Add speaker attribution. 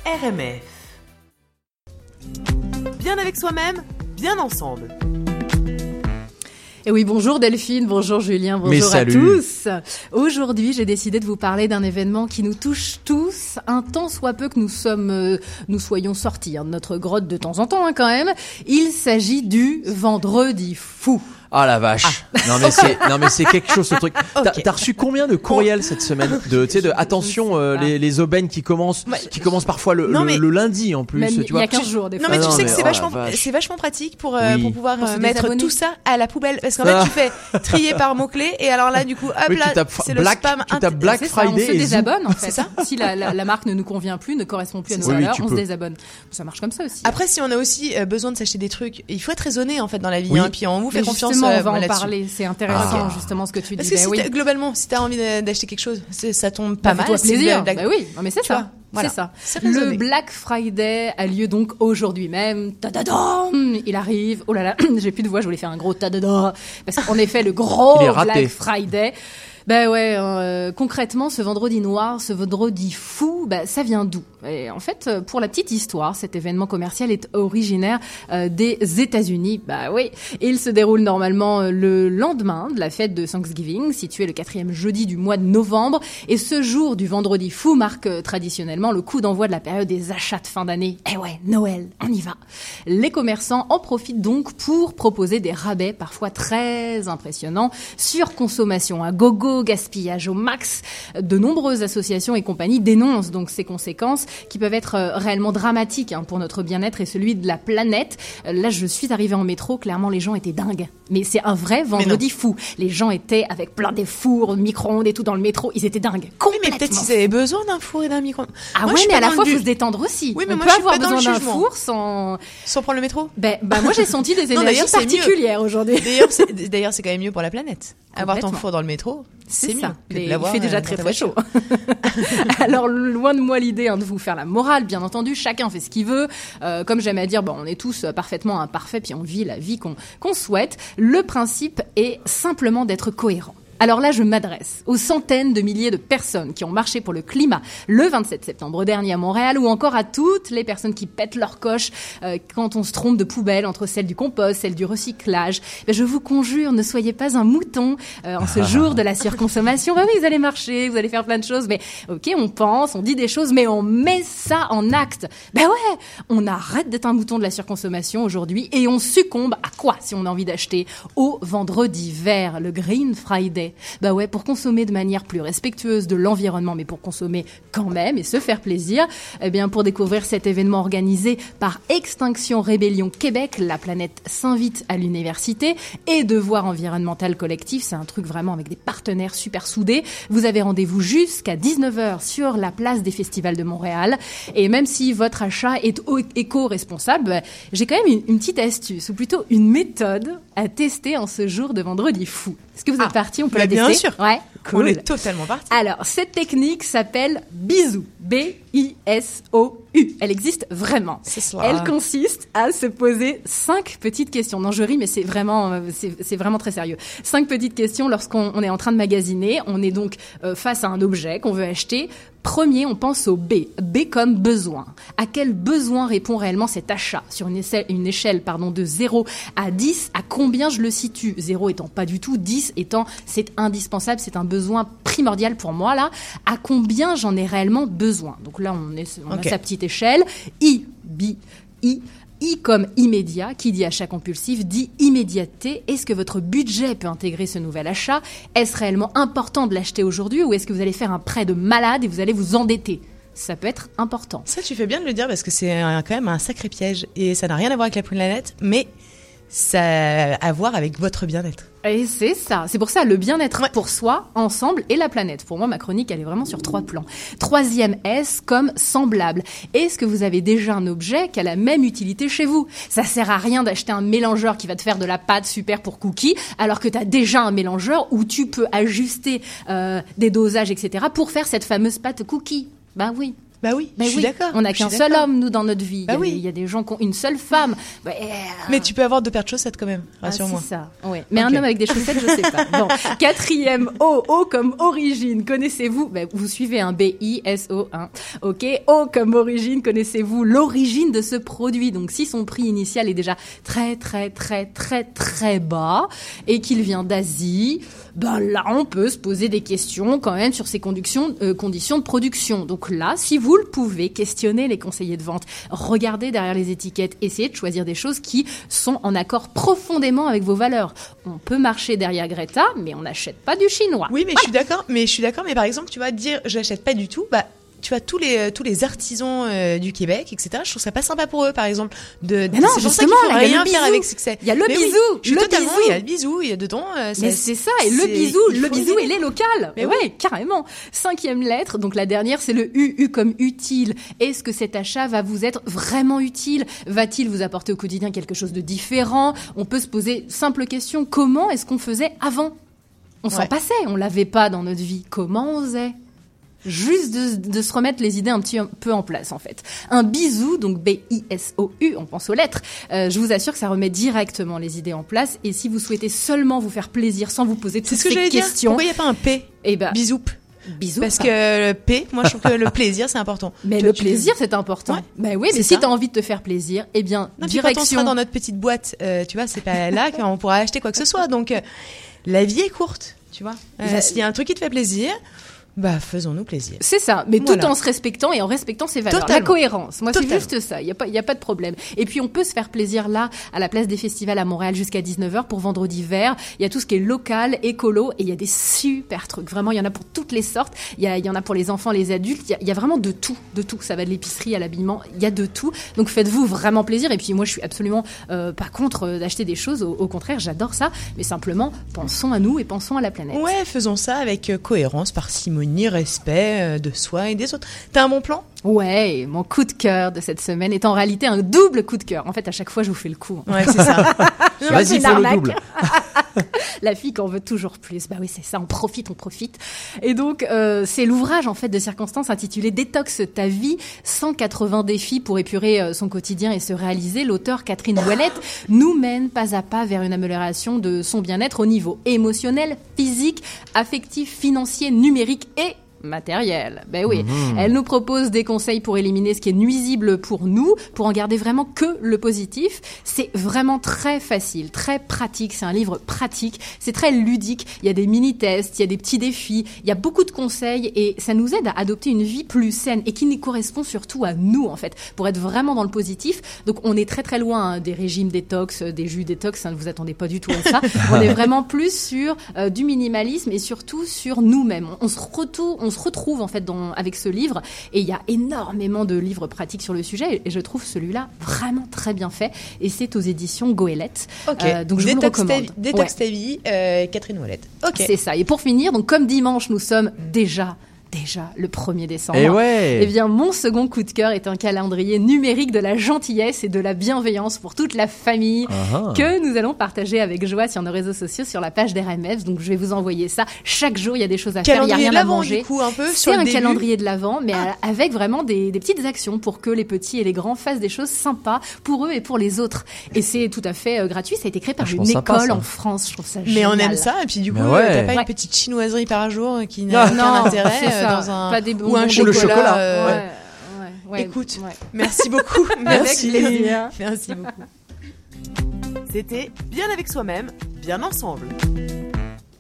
Speaker 1: RMF. Bien avec soi-même, bien ensemble.
Speaker 2: Et oui, bonjour Delphine, bonjour Julien, bonjour à tous. Aujourd'hui, j'ai décidé de vous parler d'un événement qui nous touche tous, un tant soit peu que nous soyons sortis de notre grotte de temps en temps quand même. Il s'agit du Vendredi fou.
Speaker 3: Ah la vache. Non mais c'est quelque chose ce truc. T'as reçu combien de courriels cette semaine de attention les aubaines qui commencent parfois le lundi en plus,
Speaker 2: même
Speaker 3: tu vois.
Speaker 2: Il y a 15 jours des fois.
Speaker 4: Non mais tu sais que c'est vachement pratique pour pouvoir mettre tout ça à la poubelle parce qu'en fait tu fais trier par mots clés et alors là du coup hop là c'est le spam.
Speaker 3: Tu tapes Black Friday
Speaker 2: on se désabonne en fait.
Speaker 4: C'est ça.
Speaker 2: Si la marque ne nous convient plus, ne correspond plus à nos valeurs, on se désabonne. Ça marche comme ça aussi.
Speaker 4: Après si on a aussi besoin de s'acheter des trucs, il faut être raisonné en fait dans la vie puis on vous fait confiance.
Speaker 2: On va en parler, c'est intéressant justement ce que tu dis.
Speaker 4: Parce que globalement, si t'as envie d'acheter quelque chose, ça tombe pas mal.
Speaker 2: C'est plaisir. Bah oui, mais c'est ça.
Speaker 4: Voilà.
Speaker 2: C'est ça. Le Black Friday a lieu donc aujourd'hui même. Tadadam, il arrive. Oh là là, j'ai plus de voix, je voulais faire un gros tadada. Parce qu'en effet, le gros Black Friday. Ben ouais, concrètement, ce vendredi noir, ce vendredi fou, ça vient d'où ? Et en fait, pour la petite histoire, cet événement commercial est originaire des États-Unis. Bah oui, et il se déroule normalement le lendemain de la fête de Thanksgiving, située le 4e jeudi du mois de novembre. Et ce jour du vendredi fou marque traditionnellement le coup d'envoi de la période des achats de fin d'année. Eh ouais, Noël, on y va. Les commerçants en profitent donc pour proposer des rabais parfois très impressionnants sur consommation à gogo, gaspillage au max. De nombreuses associations et compagnies dénoncent donc ces conséquences qui peuvent être réellement dramatiques pour notre bien-être et celui de la planète. Là, je suis arrivée en métro, clairement les gens étaient dingues. Mais c'est un vrai vendredi fou. Les gens étaient avec plein des fours, micro-ondes et tout dans le métro, ils étaient dingues.
Speaker 4: Mais peut-être qu'ils avaient besoin d'un four et d'un micro-ondes.
Speaker 2: Ah ouais, mais à la fois, faut se détendre aussi.
Speaker 4: Oui, mais
Speaker 2: on
Speaker 4: moi,
Speaker 2: peut
Speaker 4: je suis
Speaker 2: avoir
Speaker 4: pas dans
Speaker 2: besoin
Speaker 4: le
Speaker 2: d'un
Speaker 4: jugement.
Speaker 2: four sans
Speaker 4: prendre le métro.
Speaker 2: Moi, j'ai senti des énergies particulières aujourd'hui.
Speaker 4: D'ailleurs, c'est quand même mieux pour la planète. Avoir ton four dans le métro, c'est mieux.
Speaker 2: Il fait déjà très très chaud. Alors, loin de moi l'idée de vous faire la morale, bien entendu, chacun fait ce qu'il veut. Comme j'aime à dire, on est tous parfaitement imparfaits, puis on vit la vie qu'on souhaite. Le principe est simplement d'être cohérent. Alors là, je m'adresse aux centaines de milliers de personnes qui ont marché pour le climat le 27 septembre dernier à Montréal, ou encore à toutes les personnes qui pètent leur coche quand on se trompe de poubelle entre celle du compost, celle du recyclage. Je vous conjure, ne soyez pas un mouton en ce jour de la surconsommation. Oui, vous allez marcher, vous allez faire plein de choses, mais ok, on pense, on dit des choses, mais on met ça en acte. On arrête d'être un mouton de la surconsommation aujourd'hui et on succombe à quoi si on a envie d'acheter au vendredi vert, le Green Friday. Pour consommer de manière plus respectueuse de l'environnement, mais pour consommer quand même et se faire plaisir. Pour découvrir cet événement organisé par Extinction Rébellion Québec, la planète s'invite à l'université et Devoir environnemental collectif, c'est un truc vraiment avec des partenaires super soudés. Vous avez rendez-vous jusqu'à 19h sur la place des festivals de Montréal. Et même si votre achat est éco-responsable, j'ai quand même une petite astuce, ou plutôt une méthode à tester en ce jour de vendredi fou. Est-ce que vous êtes partis? On peut la tester?
Speaker 4: Bien sûr.
Speaker 2: Ouais, cool.
Speaker 4: On est totalement partis.
Speaker 2: Alors, cette technique s'appelle Bisou. B-I-S-O-U. Elle existe vraiment.
Speaker 4: C'est cela.
Speaker 2: Elle consiste à se poser 5 petites questions. Non, je ris, mais c'est vraiment très sérieux. 5 petites questions lorsqu'on est en train de magasiner. On est donc face à un objet qu'on veut acheter. Premier, on pense au B. B comme besoin. À quel besoin répond réellement cet achat? Sur une échelle de 0 à 10, à combien je le situe? 0 étant pas du tout, 10 étant c'est indispensable, c'est un besoin primordial pour moi là. À combien j'en ai réellement besoin? Donc là, on a sa petite échelle. I comme immédiat, qui dit achat compulsif, dit immédiateté. Est-ce que votre budget peut intégrer ce nouvel achat? Est-ce réellement important de l'acheter aujourd'hui ou est-ce que vous allez faire un prêt de malade et vous allez vous endetter? Ça peut être important.
Speaker 4: Ça, tu fais bien de le dire parce que c'est quand même un sacré piège et ça n'a rien à voir avec la planète, mais ça a à voir avec votre bien-être.
Speaker 2: Et c'est ça. C'est pour ça, le bien-être pour soi, ensemble et la planète. Pour moi, ma chronique, elle est vraiment sur 3 plans. 3e S comme semblable. Est-ce que vous avez déjà un objet qui a la même utilité chez vous? Ça sert à rien d'acheter un mélangeur qui va te faire de la pâte super pour cookies, alors que tu as déjà un mélangeur où tu peux ajuster des dosages, etc. pour faire cette fameuse pâte cookie. Oui.
Speaker 4: Bah oui, je suis d'accord.
Speaker 2: On n'a qu'un seul homme, nous, dans notre vie. Il y a des gens qui ont une seule femme.
Speaker 4: Mais tu peux avoir 2 paires de chaussettes quand même, rassure-moi.
Speaker 2: C'est ça, oui. Mais un homme avec des chaussettes, je sais pas. Bon, 4e O comme origine. Connaissez-vous, vous suivez un BISO1. Ok, O comme origine. Connaissez-vous l'origine de ce produit? Donc, si son prix initial est déjà très, très, très, très, très bas et qu'il vient d'Asie, là, on peut se poser des questions quand même sur ses conditions de production. Donc là, si vous le pouvez, questionnez les conseillers de vente, regardez derrière les étiquettes, essayez de choisir des choses qui sont en accord profondément avec vos valeurs. On peut marcher derrière Greta, mais on n'achète pas du chinois.
Speaker 4: Oui, mais je suis d'accord. Mais par exemple, tu vas dire, je n'achète pas du tout, tu vois, tous les artisans du Québec, etc. Je trouve ça pas sympa pour eux, par exemple.
Speaker 2: Mais non, justement, il y a
Speaker 4: rien faire avec succès.
Speaker 2: Il y a le bisou.
Speaker 4: Il y a le bisou, il y a dedans.
Speaker 2: Mais c'est ça, et le bisou, il est local. Mais ouais, carrément. 5e lettre, donc la dernière, c'est le U comme utile. Est-ce que cet achat va vous être vraiment utile? Va-t-il vous apporter au quotidien quelque chose de différent? On peut se poser simple question, comment est-ce qu'on faisait avant? On s'en passait, on l'avait pas dans notre vie. Comment on faisait? Juste de se remettre les idées un petit peu en place, en fait. Un bisou, donc B-I-S-O-U, on pense aux lettres. Je vous assure que ça remet directement les idées en place. Et si vous souhaitez seulement vous faire plaisir sans vous poser toutes ces questions...
Speaker 4: C'est ce que j'allais dire. Pourquoi il n'y a pas un P? Bisoup. Parce que le P, moi je trouve que le plaisir c'est important.
Speaker 2: Mais le plaisir c'est important. Ouais. Oui, mais si t'as envie de te faire plaisir, direction.
Speaker 4: Quand on sera dans notre petite boîte, tu vois, c'est pas là qu'on pourra acheter quoi que ce soit. Donc la vie est courte, tu vois. S'il y a un truc qui te fait plaisir, faisons-nous plaisir.
Speaker 2: C'est ça, mais tout en se respectant et en respectant ses valeurs.
Speaker 4: Totalement.
Speaker 2: La cohérence. Moi, c'est juste ça. Il y a pas de problème. Et puis, on peut se faire plaisir là, à la place des festivals à Montréal jusqu'à 19h pour vendredi vert. Il y a tout ce qui est local, écolo, et il y a des super trucs. Vraiment, il y en a pour toutes les sortes. Il y en a pour les enfants, les adultes. Il y a vraiment de tout. Ça va de l'épicerie à l'habillement. Il y a de tout. Donc, faites-vous vraiment plaisir. Et puis, moi, je suis absolument pas contre d'acheter des choses. Au contraire, j'adore ça. Mais simplement, pensons à nous et pensons à la planète.
Speaker 4: Ouais, faisons ça avec cohérence, parcimonie, respect de soi et des autres. T'as un bon plan?
Speaker 2: Ouais, mon coup de cœur de cette semaine est en réalité un double coup de cœur. En fait, à chaque fois, je vous fais le coup.
Speaker 4: Ouais, c'est ça.
Speaker 3: Vas-y, fais le double.
Speaker 2: La fille qui en veut toujours plus. Oui, c'est ça, on profite. Et donc, c'est l'ouvrage, en fait, de circonstances intitulé Détox ta vie, 180 défis pour épurer son quotidien et se réaliser. L'auteur Catherine Ouellette nous mène pas à pas vers une amélioration de son bien-être au niveau émotionnel, physique, affectif, financier, numérique et matériel. Oui. Elle nous propose des conseils pour éliminer ce qui est nuisible pour nous, pour en garder vraiment que le positif. C'est vraiment très facile, très pratique. C'est un livre pratique. C'est très ludique. Il y a des mini-tests, il y a des petits défis. Il y a beaucoup de conseils et ça nous aide à adopter une vie plus saine et qui nous correspond surtout à nous, en fait, pour être vraiment dans le positif. Donc, on est très, très loin des régimes détox, des jus détox. Ne vous attendez pas du tout à ça. On est vraiment plus sur du minimalisme et surtout sur nous-mêmes. On se retrouve en fait avec ce livre et il y a énormément de livres pratiques sur le sujet et je trouve celui-là vraiment très bien fait et c'est aux éditions Goélette. Donc je vous le recommande.
Speaker 4: Détox ta vie, Catherine Ouellette.
Speaker 2: C'est ça. Et pour finir, donc comme dimanche nous sommes déjà le 1er décembre. Eh bien, mon second coup de cœur est un calendrier numérique de la gentillesse et de la bienveillance pour toute la famille que nous allons partager avec joie sur nos réseaux sociaux, sur la page d'RMF. Donc, je vais vous envoyer ça. Chaque jour, il y a des choses à faire, il n'y a rien à manger.
Speaker 4: Du coup, un peu,
Speaker 2: c'est un calendrier de l'Avent, mais avec vraiment des petites actions pour que les petits et les grands fassent des choses sympas pour eux et pour les autres. Et c'est tout à fait gratuit. Ça a été créé par une école en France. Je trouve ça génial.
Speaker 4: Mais on aime ça. Et puis, du coup, t'as pas une petite chinoiserie par jour qui n'a aucun intérêt.
Speaker 2: Pas des
Speaker 4: ou un chocolat.
Speaker 2: Ouais.
Speaker 4: Écoute, merci beaucoup.
Speaker 3: Merci.
Speaker 4: Merci beaucoup.
Speaker 1: C'était Bien avec soi-même, bien ensemble.